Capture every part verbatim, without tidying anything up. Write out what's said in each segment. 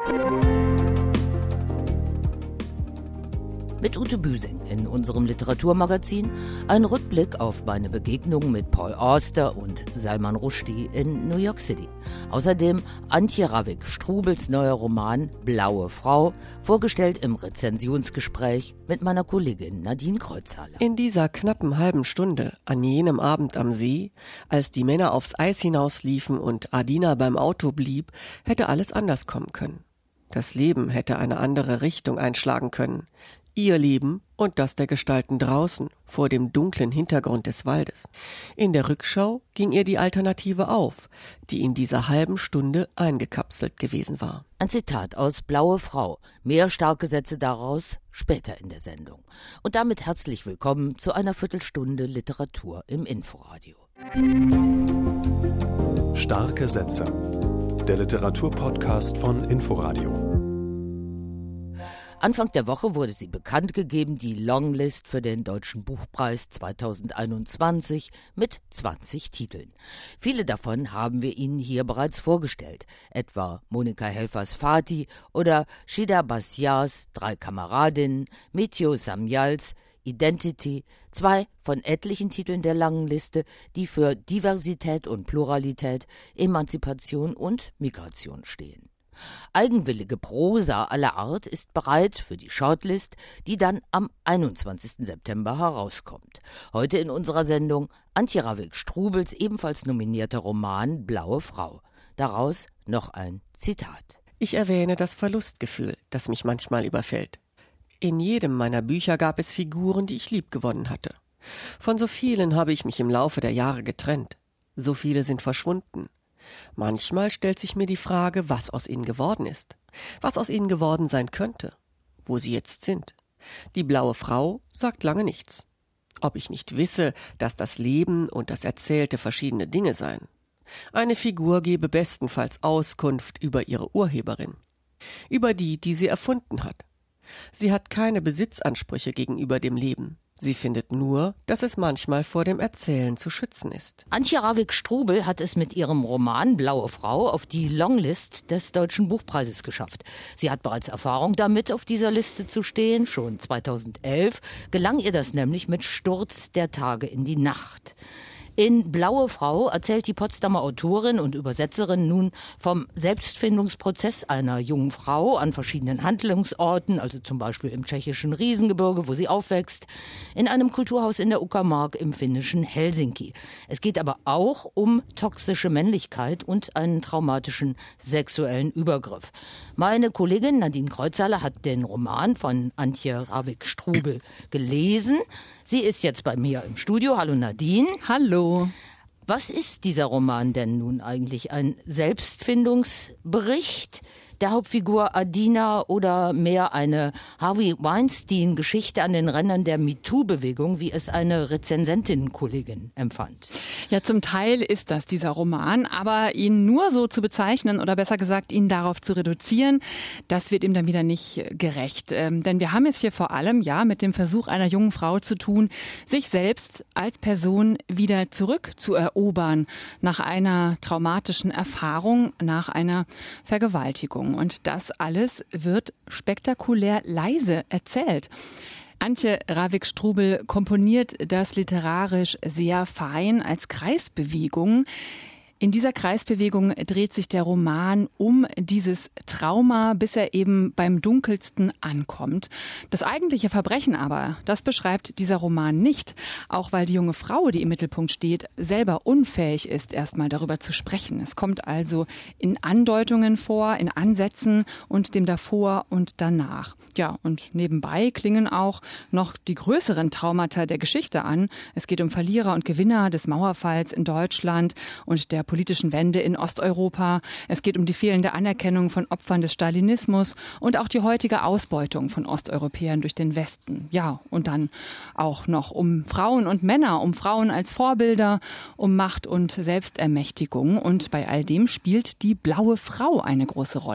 Mit Ute Büsing in unserem Literaturmagazin ein Rückblick auf meine Begegnung mit Paul Auster und Salman Rushdie in New York City. Außerdem Antje Ravik-Strubels neuer Roman Blaue Frau, vorgestellt im Rezensionsgespräch mit meiner Kollegin Nadine Kreuzhaler. In dieser knappen halben Stunde an jenem Abend am See, als die Männer aufs Eis hinausliefen und Adina beim Auto blieb, hätte alles anders kommen können. Das Leben hätte eine andere Richtung einschlagen können. Ihr Leben und das der Gestalten draußen, vor dem dunklen Hintergrund des Waldes. In der Rückschau ging ihr die Alternative auf, die in dieser halben Stunde eingekapselt gewesen war. Ein Zitat aus Blaue Frau. Mehr starke Sätze daraus später in der Sendung. Und damit herzlich willkommen zu einer Viertelstunde Literatur im Inforadio. Starke Sätze. Der Literaturpodcast von Inforadio. Anfang der Woche wurde sie bekannt gegeben, die Longlist für den Deutschen Buchpreis zweitausendeinundzwanzig mit zwanzig Titeln. Viele davon haben wir Ihnen hier bereits vorgestellt, etwa Monika Helfers-Fatih oder Shida Basiars Drei Kameradinnen, Metjo Samjals Identity, zwei von etlichen Titeln der langen Liste, die für Diversität und Pluralität, Emanzipation und Migration stehen. Eigenwillige Prosa aller Art ist bereit für die Shortlist, die dann am einundzwanzigsten September herauskommt. Heute in unserer Sendung Antje Ravik-Strubels ebenfalls nominierter Roman Blaue Frau. Daraus noch ein Zitat. Ich erwähne das Verlustgefühl, das mich manchmal überfällt. In jedem meiner Bücher gab es Figuren, die ich liebgewonnen hatte. Von so vielen habe ich mich im Laufe der Jahre getrennt. So viele sind verschwunden. Manchmal stellt sich mir die Frage, was aus ihnen geworden ist, was aus ihnen geworden sein könnte, wo sie jetzt sind. Die Blaue Frau sagt lange nichts. Ob ich nicht wisse, dass das Leben und das Erzählte verschiedene Dinge seien. Eine Figur gebe bestenfalls Auskunft über ihre Urheberin, über die, die sie erfunden hat. Sie hat keine Besitzansprüche gegenüber dem Leben. Sie findet nur, dass es manchmal vor dem Erzählen zu schützen ist. Antje Ravik-Strubel hat es mit ihrem Roman Blaue Frau auf die Longlist des Deutschen Buchpreises geschafft. Sie hat bereits Erfahrung damit, auf dieser Liste zu stehen. Schon zweitausendelf gelang ihr das nämlich mit Sturz der Tage in die Nacht. In Blaue Frau erzählt die Potsdamer Autorin und Übersetzerin nun vom Selbstfindungsprozess einer jungen Frau an verschiedenen Handlungsorten, also zum Beispiel im tschechischen Riesengebirge, wo sie aufwächst, in einem Kulturhaus in der Uckermark im finnischen Helsinki. Es geht aber auch um toxische Männlichkeit und einen traumatischen sexuellen Übergriff. Meine Kollegin Nadine Kreuzhaler hat den Roman von Antje Ravik-Strubel gelesen. Sie ist jetzt bei mir im Studio. Hallo Nadine. Hallo. Was ist dieser Roman denn nun eigentlich? Ein Selbstfindungsbericht der Hauptfigur Adina oder mehr eine Harvey Weinstein-Geschichte an den Rändern der MeToo-Bewegung, wie es eine Rezensentin-Kollegin empfand? Ja, zum Teil ist das dieser Roman, aber ihn nur so zu bezeichnen oder besser gesagt, ihn darauf zu reduzieren, das wird ihm dann wieder nicht gerecht. Ähm, denn wir haben es hier vor allem ja mit dem Versuch einer jungen Frau zu tun, sich selbst als Person wieder zurückzuerobern nach einer traumatischen Erfahrung, nach einer Vergewaltigung. Und das alles wird spektakulär leise erzählt. Antje Ravik-Strubel komponiert das literarisch sehr fein als Kreisbewegung. In dieser Kreisbewegung dreht sich der Roman um dieses Trauma, bis er eben beim Dunkelsten ankommt. Das eigentliche Verbrechen aber, das beschreibt dieser Roman nicht, auch weil die junge Frau, die im Mittelpunkt steht, selber unfähig ist, erstmal darüber zu sprechen. Es kommt also in Andeutungen vor, in Ansätzen und dem davor und danach. Ja, und nebenbei klingen auch noch die größeren Traumata der Geschichte an. Es geht um Verlierer und Gewinner des Mauerfalls in Deutschland und der politischen Wende in Osteuropa. Es geht um die fehlende Anerkennung von Opfern des Stalinismus und auch die heutige Ausbeutung von Osteuropäern durch den Westen. Ja, und dann auch noch um Frauen und Männer, um Frauen als Vorbilder, um Macht und Selbstermächtigung. Und bei all dem spielt die Blaue Frau eine große Rolle.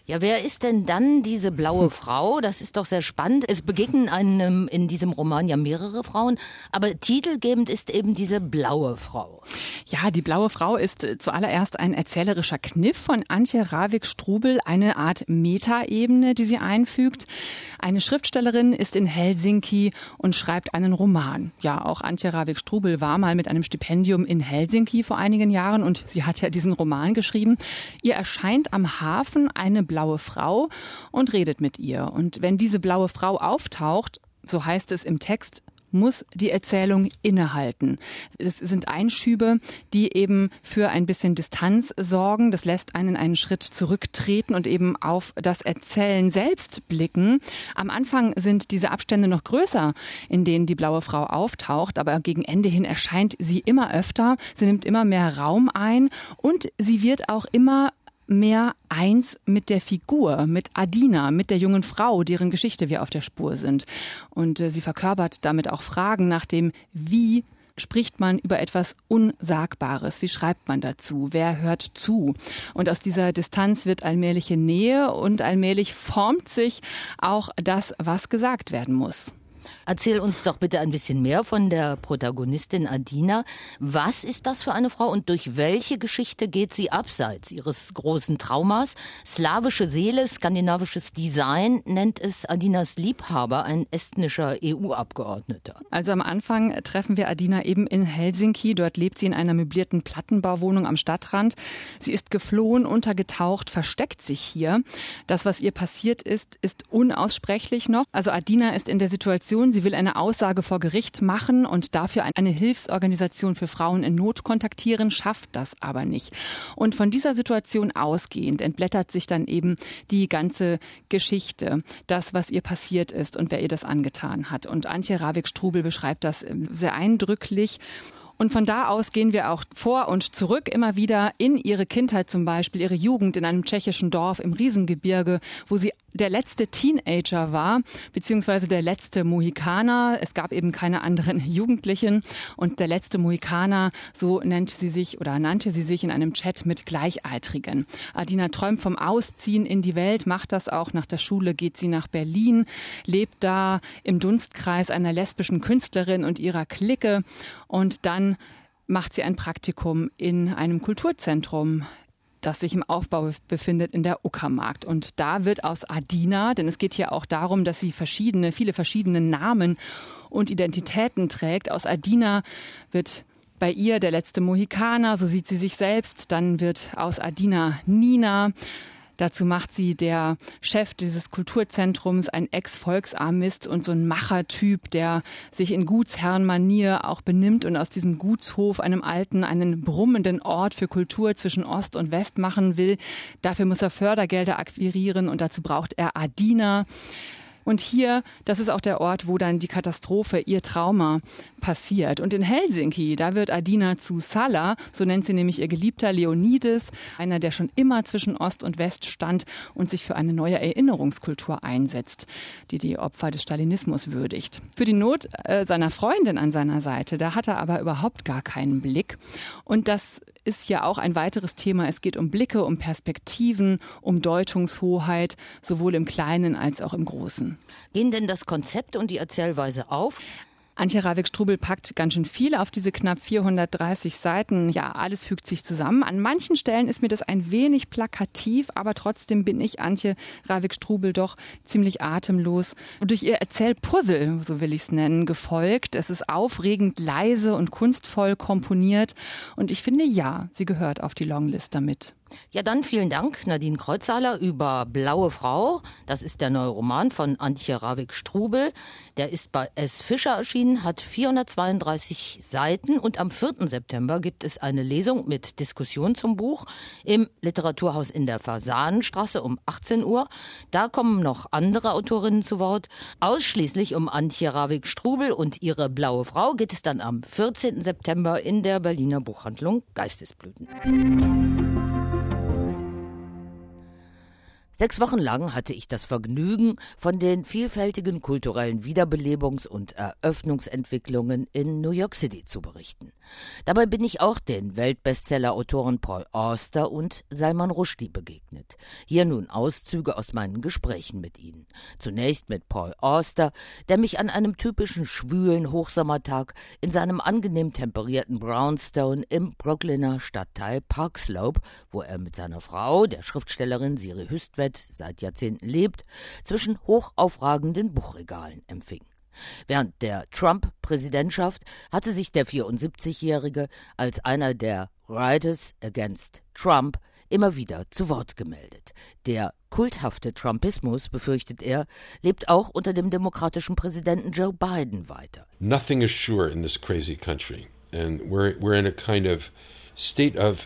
Ja, wer ist denn dann diese blaue Frau? Das ist doch sehr spannend. Es begegnen einem in diesem Roman ja mehrere Frauen, aber titelgebend ist eben diese blaue Frau. Ja, die blaue Frau ist zuallererst ein erzählerischer Kniff von Antje Ravik-Strubel, eine Art Metaebene, die sie einfügt. Eine Schriftstellerin ist in Helsinki und schreibt einen Roman. Ja, auch Antje Ravik-Strubel war mal mit einem Stipendium in Helsinki vor einigen Jahren und sie hat ja diesen Roman geschrieben. Ihr erscheint am Hafen eine blaue Frau und redet mit ihr. Und wenn diese blaue Frau auftaucht, so heißt es im Text, muss die Erzählung innehalten. Es sind Einschübe, die eben für ein bisschen Distanz sorgen. Das lässt einen einen Schritt zurücktreten und eben auf das Erzählen selbst blicken. Am Anfang sind diese Abstände noch größer, in denen die blaue Frau auftaucht, aber gegen Ende hin erscheint sie immer öfter. Sie nimmt immer mehr Raum ein und sie wird auch immer mehr eins mit der Figur, mit Adina, mit der jungen Frau, deren Geschichte wir auf der Spur sind. Und äh, sie verkörpert damit auch Fragen nach dem, wie spricht man über etwas Unsagbares? Wie schreibt man dazu? Wer hört zu? Und aus dieser Distanz wird allmähliche Nähe und allmählich formt sich auch das, was gesagt werden muss. Erzähl uns doch bitte ein bisschen mehr von der Protagonistin Adina. Was ist das für eine Frau und durch welche Geschichte geht sie abseits ihres großen Traumas? Slawische Seele, skandinavisches Design nennt es Adinas Liebhaber, ein estnischer E U-Abgeordneter. Also am Anfang treffen wir Adina eben in Helsinki. Dort lebt sie in einer möblierten Plattenbauwohnung am Stadtrand. Sie ist geflohen, untergetaucht, versteckt sich hier. Das, was ihr passiert ist, ist unaussprechlich noch. Also Adina ist in der Situation, sie will eine Aussage vor Gericht machen und dafür eine Hilfsorganisation für Frauen in Not kontaktieren, schafft das aber nicht. Und von dieser Situation ausgehend entblättert sich dann eben die ganze Geschichte, das, was ihr passiert ist und wer ihr das angetan hat. Und Antje Ravik-Strubel beschreibt das sehr eindrücklich. Und von da aus gehen wir auch vor und zurück immer wieder in ihre Kindheit zum Beispiel, ihre Jugend in einem tschechischen Dorf im Riesengebirge, wo sie der letzte Teenager war, beziehungsweise der letzte Mohikaner. Es gab eben keine anderen Jugendlichen. Und der letzte Mohikaner, so nennt sie sich oder nannte sie sich in einem Chat mit Gleichaltrigen. Adina träumt vom Ausziehen in die Welt, macht das auch. Nach der Schule geht sie nach Berlin, lebt da im Dunstkreis einer lesbischen Künstlerin und ihrer Clique. Und dann macht sie ein Praktikum in einem Kulturzentrum, das sich im Aufbau befindet in der Uckermark. Und da wird aus Adina, denn es geht hier auch darum, dass sie verschiedene, viele verschiedene Namen und Identitäten trägt. Aus Adina wird bei ihr der letzte Mohikaner, so sieht sie sich selbst. Dann wird aus Adina Nina. Dazu macht sie der Chef dieses Kulturzentrums, ein Ex-Volksarmist und so ein Machertyp, der sich in Gutsherrenmanier auch benimmt und aus diesem Gutshof, einem alten, einen brummenden Ort für Kultur zwischen Ost und West machen will. Dafür muss er Fördergelder akquirieren und dazu braucht er Adina. Und hier, das ist auch der Ort, wo dann die Katastrophe, ihr Trauma passiert. Und in Helsinki, da wird Adina zu Salla, so nennt sie nämlich ihr Geliebter Leonidas, einer, der schon immer zwischen Ost und West stand und sich für eine neue Erinnerungskultur einsetzt, die die Opfer des Stalinismus würdigt. Für die Not äh, seiner Freundin an seiner Seite, da hat er aber überhaupt gar keinen Blick. Und das ist ja auch ein weiteres Thema. Es geht um Blicke, um Perspektiven, um Deutungshoheit, sowohl im Kleinen als auch im Großen. Gehen denn das Konzept und die Erzählweise auf? Antje Ravik-Strubel packt ganz schön viel auf diese knapp vierhundertdreißig Seiten. Ja, alles fügt sich zusammen. An manchen Stellen ist mir das ein wenig plakativ, aber trotzdem bin ich Antje Ravik-Strubel doch ziemlich atemlos durch ihr Erzählpuzzle, so will ich es nennen, gefolgt. Es ist aufregend, leise und kunstvoll komponiert. Und ich finde, ja, sie gehört auf die Longlist damit. Ja, dann vielen Dank, Nadine Kreuzhaler, über Blaue Frau. Das ist der neue Roman von Antje Ravik-Strubel. Der ist bei S. Fischer erschienen, hat vierhundertzweiunddreißig Seiten und am vierten September gibt es eine Lesung mit Diskussion zum Buch im Literaturhaus in der Fasanenstraße um achtzehn Uhr. Da kommen noch andere Autorinnen zu Wort. Ausschließlich um Antje Ravik-Strubel und ihre Blaue Frau geht es dann am vierzehnten September in der Berliner Buchhandlung Geistesblüten. Sechs Wochen lang hatte ich das Vergnügen, von den vielfältigen kulturellen Wiederbelebungs- und Eröffnungsentwicklungen in New York City zu berichten. Dabei bin ich auch den Weltbestseller-Autoren Paul Auster und Salman Rushdie begegnet. Hier nun Auszüge aus meinen Gesprächen mit ihnen. Zunächst mit Paul Auster, der mich an einem typischen schwülen Hochsommertag in seinem angenehm temperierten Brownstone im Brooklyner Stadtteil Park Slope, wo er mit seiner Frau, der Schriftstellerin Siri Hüstvedt, seit Jahrzehnten lebt, zwischen hochaufragenden Buchregalen empfing. Während der Trump-Präsidentschaft hatte sich der vierundsiebzigjährige als einer der Writers Against Trump immer wieder zu Wort gemeldet. Der kulthafte Trumpismus, befürchtet er, lebt auch unter dem demokratischen Präsidenten Joe Biden weiter. Nothing is sure in this crazy country, and we're we're in a kind of state of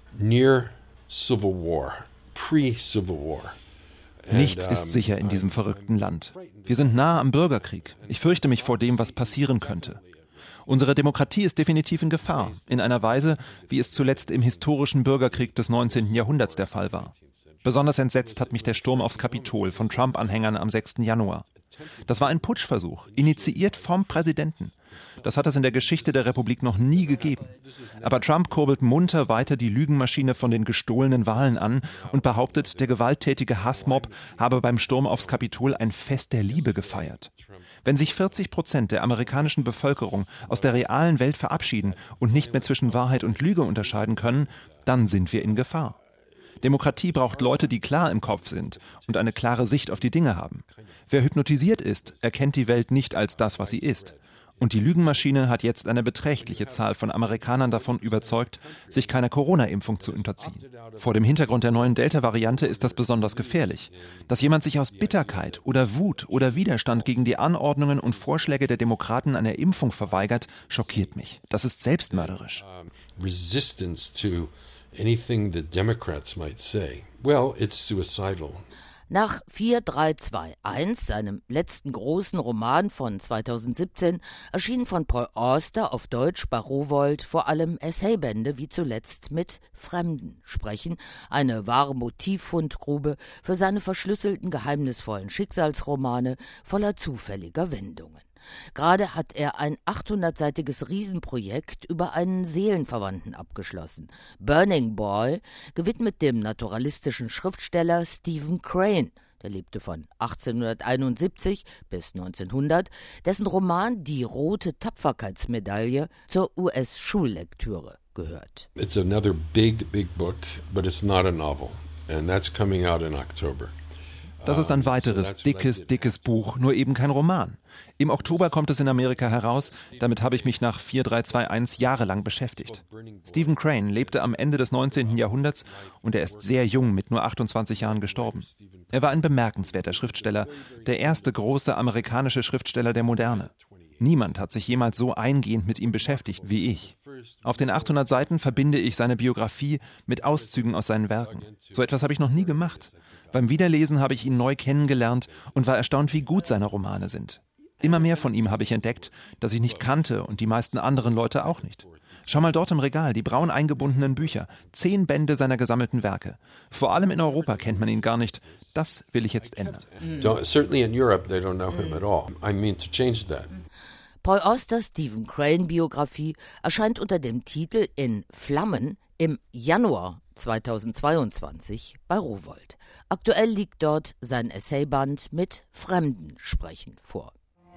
near civil war. Pre-Civil War. Nichts ist sicher in diesem verrückten Land. Wir sind nahe am Bürgerkrieg. Ich fürchte mich vor dem, was passieren könnte. Unsere Demokratie ist definitiv in Gefahr, in einer Weise, wie es zuletzt im historischen Bürgerkrieg des neunzehnten Jahrhunderts der Fall war. Besonders entsetzt hat mich der Sturm aufs Kapitol von Trump-Anhängern am sechsten Januar. Das war ein Putschversuch, initiiert vom Präsidenten. Das hat es in der Geschichte der Republik noch nie gegeben. Aber Trump kurbelt munter weiter die Lügenmaschine von den gestohlenen Wahlen an und behauptet, der gewalttätige Hassmob habe beim Sturm aufs Kapitol ein Fest der Liebe gefeiert. Wenn sich vierzig Prozent der amerikanischen Bevölkerung aus der realen Welt verabschieden und nicht mehr zwischen Wahrheit und Lüge unterscheiden können, dann sind wir in Gefahr. Demokratie braucht Leute, die klar im Kopf sind und eine klare Sicht auf die Dinge haben. Wer hypnotisiert ist, erkennt die Welt nicht als das, was sie ist. Und die Lügenmaschine hat jetzt eine beträchtliche Zahl von Amerikanern davon überzeugt, sich keiner Corona-Impfung zu unterziehen. Vor dem Hintergrund der neuen Delta-Variante ist das besonders gefährlich. Dass jemand sich aus Bitterkeit oder Wut oder Widerstand gegen die Anordnungen und Vorschläge der Demokraten einer Impfung verweigert, schockiert mich. Das ist selbstmörderisch. Resistance to anything the Democrats might say. Well, it's suicidal. Nach vier drei zwei eins, seinem letzten großen Roman von zweitausendsiebzehn, erschienen von Paul Auster auf Deutsch bei Rowohlt vor allem Essaybände wie zuletzt Mit Fremden sprechen, eine wahre Motivfundgrube für seine verschlüsselten, geheimnisvollen Schicksalsromane voller zufälliger Wendungen. Gerade hat er ein achthundertseitiges Riesenprojekt über einen Seelenverwandten abgeschlossen. Burning Boy, gewidmet dem naturalistischen Schriftsteller Stephen Crane, der lebte von achtzehnhunderteinundsiebzig bis neunzehnhundert, dessen Roman Die rote Tapferkeitsmedaille zur U S-Schullektüre gehört. It's another big, big book, but it's not a novel, and that's coming out in October. Das ist ein weiteres dickes, dickes Buch, nur eben kein Roman. Im Oktober kommt es in Amerika heraus, damit habe ich mich nach vier drei zwei eins jahrelang beschäftigt. Stephen Crane lebte am Ende des neunzehnten Jahrhunderts und er ist sehr jung mit nur achtundzwanzig Jahren gestorben. Er war ein bemerkenswerter Schriftsteller, der erste große amerikanische Schriftsteller der Moderne. Niemand hat sich jemals so eingehend mit ihm beschäftigt wie ich. Auf den achthundert Seiten verbinde ich seine Biografie mit Auszügen aus seinen Werken. So etwas habe ich noch nie gemacht. Beim Wiederlesen habe ich ihn neu kennengelernt und war erstaunt, wie gut seine Romane sind. Immer mehr von ihm habe ich entdeckt, das ich nicht kannte und die meisten anderen Leute auch nicht. Schau mal dort im Regal, die braun eingebundenen Bücher, zehn Bände seiner gesammelten Werke. Vor allem in Europa kennt man ihn gar nicht. Das will ich jetzt ändern. Certainly in Europe they don't know him at all. I mean to change that. Paul Austers Stephen Crane-Biografie erscheint unter dem Titel In Flammen im Januar zweitausendzweiundzwanzig bei Rowohlt. Aktuell liegt dort sein Essayband Mit Fremden sprechen vor.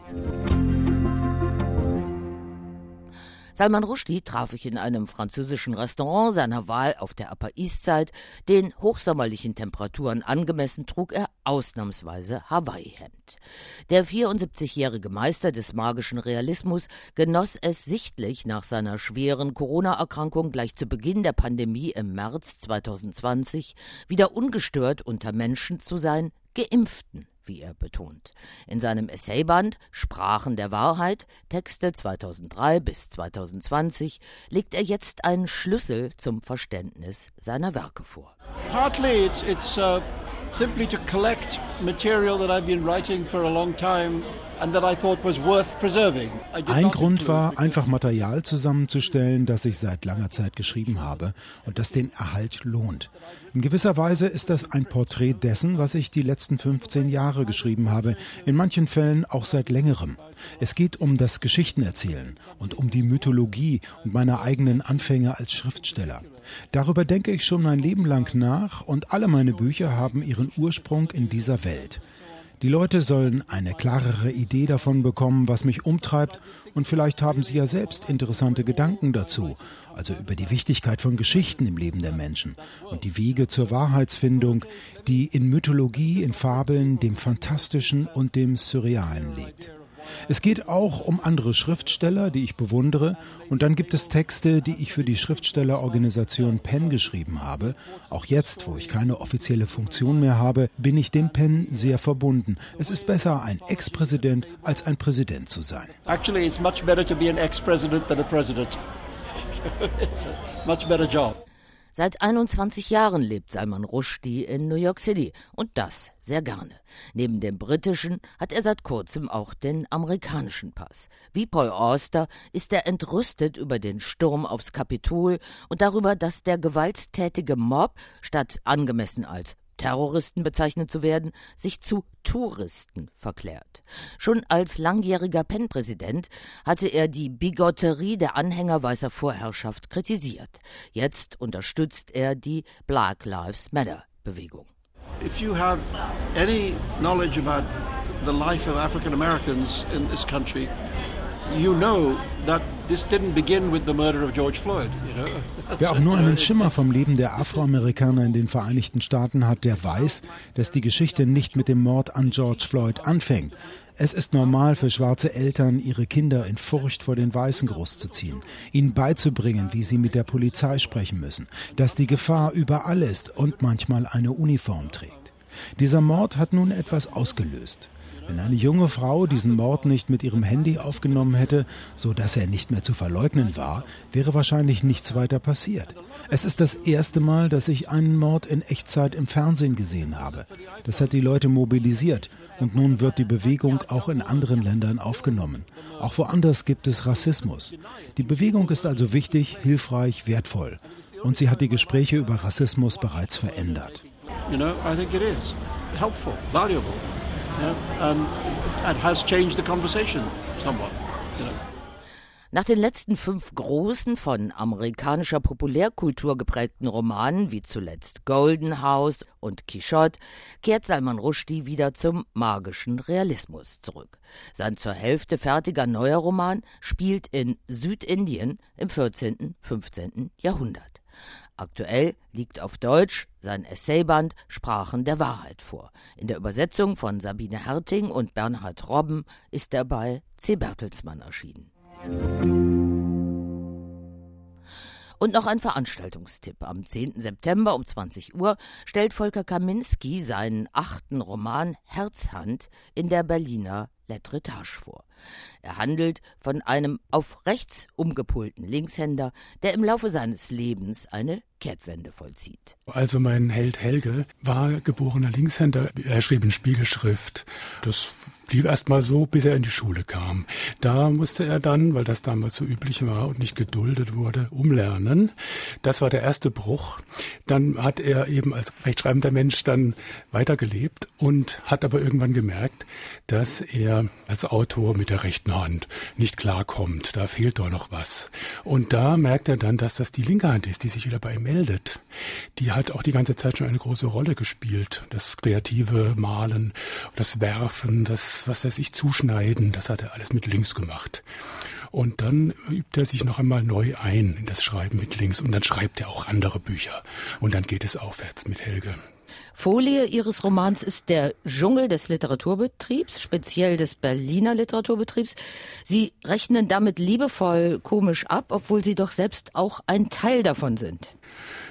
Salman Rushdie traf ich in einem französischen Restaurant seiner Wahl auf der Upper East Side. Den hochsommerlichen Temperaturen angemessen trug er ausnahmsweise Hawaii-Hemd. Der vierundsiebzigjährige Meister des magischen Realismus genoss es sichtlich nach seiner schweren Corona-Erkrankung gleich zu Beginn der Pandemie im März zweitausendzwanzig wieder ungestört unter Menschen zu sein, Geimpften, wie er betont. In seinem Essayband Sprachen der Wahrheit, Texte zweitausenddrei bis zweitausendzwanzig, legt er jetzt einen Schlüssel zum Verständnis seiner Werke vor. Partly it's, it's uh, simply to collect material that I've been writing for a long time and that I thought was worth preserving. Ein Grund war, einfach Material zusammenzustellen, das ich seit langer Zeit geschrieben habe und das den Erhalt lohnt. In gewisser Weise ist das ein Porträt dessen, was ich die letzten fünfzehn Jahre geschrieben habe, in manchen Fällen auch seit längerem. Es geht um das Geschichtenerzählen und um die Mythologie und meine eigenen Anfänge als Schriftsteller. Darüber denke ich schon mein Leben lang nach und alle meine Bücher haben ihren Ursprung in dieser Welt. Die Leute sollen eine klarere Idee davon bekommen, was mich umtreibt, und vielleicht haben sie ja selbst interessante Gedanken dazu, also über die Wichtigkeit von Geschichten im Leben der Menschen und die Wege zur Wahrheitsfindung, die in Mythologie, in Fabeln, dem Fantastischen und dem Surrealen liegt. Es geht auch um andere Schriftsteller, die ich bewundere, und dann gibt es Texte, die ich für die Schriftstellerorganisation Pen geschrieben habe. Auch jetzt, wo ich keine offizielle Funktion mehr habe, bin ich dem Pen sehr verbunden. Es ist besser, ein Ex-Präsident als ein Präsident zu sein. Actually, it's much better to be an ex-president than a president. It's a much better job. Seit einundzwanzig Jahren lebt Salman Rushdie in New York City und das sehr gerne. Neben dem britischen hat er seit kurzem auch den amerikanischen Pass. Wie Paul Auster ist er entrüstet über den Sturm aufs Kapitol und darüber, dass der gewalttätige Mob, statt angemessen als Terroristen bezeichnet zu werden, sich zu Touristen verklärt. Schon als langjähriger Pen-Präsident hatte er die Bigotterie der Anhänger weißer Vorherrschaft kritisiert. Jetzt unterstützt er die Black Lives Matter-Bewegung. If you have any knowledge about the life of African Americans in this country, you know that this didn't begin with the murder of George Floyd, you know. Wer auch nur einen Schimmer vom Leben der Afroamerikaner in den Vereinigten Staaten hat, der weiß, dass die Geschichte nicht mit dem Mord an George Floyd anfängt. Es ist normal für schwarze Eltern, ihre Kinder in Furcht vor den Weißen großzuziehen, ihnen beizubringen, wie sie mit der Polizei sprechen müssen, dass die Gefahr überall ist und manchmal eine Uniform trägt. Dieser Mord hat nun etwas ausgelöst. Wenn eine junge Frau diesen Mord nicht mit ihrem Handy aufgenommen hätte, so dass er nicht mehr zu verleugnen war, wäre wahrscheinlich nichts weiter passiert. Es ist das erste Mal, dass ich einen Mord in Echtzeit im Fernsehen gesehen habe. Das hat die Leute mobilisiert und nun wird die Bewegung auch in anderen Ländern aufgenommen. Auch woanders gibt es Rassismus. Die Bewegung ist also wichtig, hilfreich, wertvoll. Und sie hat die Gespräche über Rassismus bereits verändert. You know, I think it is helpful, valuable. Yeah, and it has changed the conversation somewhat, you know. Nach den letzten fünf großen, von amerikanischer Populärkultur geprägten Romanen, wie zuletzt Golden House und Quixote, kehrt Salman Rushdie wieder zum magischen Realismus zurück. Sein zur Hälfte fertiger neuer Roman spielt in Südindien im vierzehnten, fünfzehnten Jahrhundert. Aktuell liegt auf Deutsch sein Essayband Sprachen der Wahrheit vor. In der Übersetzung von Sabine Herting und Bernhard Robben ist er bei C. Bertelsmann erschienen. Und noch ein Veranstaltungstipp. Am zehnten September um zwanzig Uhr stellt Volker Kaminski seinen achten Roman Herzhand in der Berliner L'Etretage vor. Er handelt von einem auf rechts umgepolten Linkshänder, der im Laufe seines Lebens eine Kehrtwende vollzieht. Also mein Held Helge war geborener Linkshänder. Er schrieb in Spiegelschrift. Das blieb erst mal so, bis er in die Schule kam. Da musste er dann, weil das damals so üblich war und nicht geduldet wurde, umlernen. Das war der erste Bruch. Dann hat er eben als rechtschreibender Mensch dann weitergelebt und hat aber irgendwann gemerkt, dass er als Autor mit der rechten Hand nicht klarkommt. Da fehlt doch noch was. Und da merkt er dann, dass das die linke Hand ist, die sich wieder bei ihm meldet. Die hat auch die ganze Zeit schon eine große Rolle gespielt. Das kreative Malen, das Werfen, das, was weiß ich, Zuschneiden, das hat er alles mit links gemacht. Und dann übt er sich noch einmal neu ein in das Schreiben mit links und dann schreibt er auch andere Bücher. Und dann geht es aufwärts mit Helge. Folie Ihres Romans ist der Dschungel des Literaturbetriebs, speziell des Berliner Literaturbetriebs. Sie rechnen damit liebevoll komisch ab, obwohl Sie doch selbst auch ein Teil davon sind.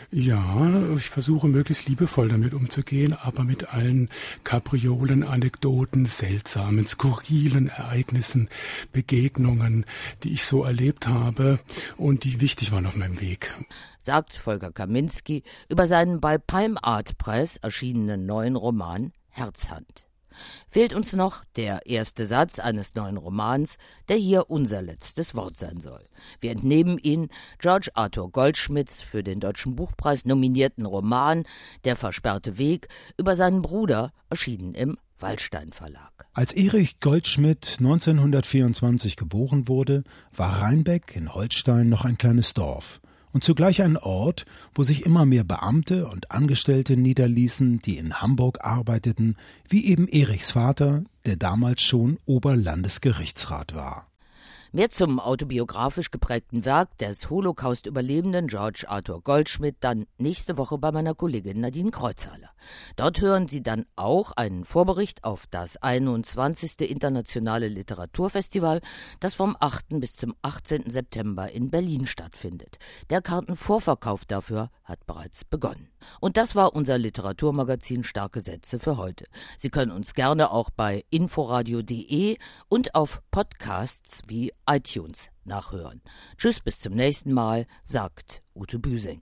Ja, ich versuche möglichst liebevoll damit umzugehen, aber mit allen Kapriolen, Anekdoten, seltsamen, skurrilen Ereignissen, Begegnungen, die ich so erlebt habe und die wichtig waren auf meinem Weg. Sagt Volker Kaminski über seinen bei Palm Art Press erschienenen neuen Roman Herzhand. Fehlt uns noch der erste Satz eines neuen Romans, der hier unser letztes Wort sein soll. Wir entnehmen ihn George Arthur Goldschmidts für den Deutschen Buchpreis nominierten Roman Der versperrte Weg über seinen Bruder, erschienen im Waldstein Verlag. Als Erich Goldschmidt neunzehnhundertvierundzwanzig geboren wurde, war Rheinbeck in Holstein noch ein kleines Dorf. Und zugleich ein Ort, wo sich immer mehr Beamte und Angestellte niederließen, die in Hamburg arbeiteten, wie eben Erichs Vater, der damals schon Oberlandesgerichtsrat war. Mehr zum autobiografisch geprägten Werk des Holocaust-Überlebenden George Arthur Goldschmidt dann nächste Woche bei meiner Kollegin Nadine Kreuzhaler. Dort hören Sie dann auch einen Vorbericht auf das einundzwanzigste Internationale Literaturfestival, das vom achten bis zum achtzehnten September in Berlin stattfindet. Der Kartenvorverkauf dafür hat bereits begonnen. Und das war unser Literaturmagazin Starke Sätze für heute. Sie können uns gerne auch bei inforadio punkt de und auf Podcasts wie iTunes nachhören. Tschüss, bis zum nächsten Mal, sagt Ute Büsing.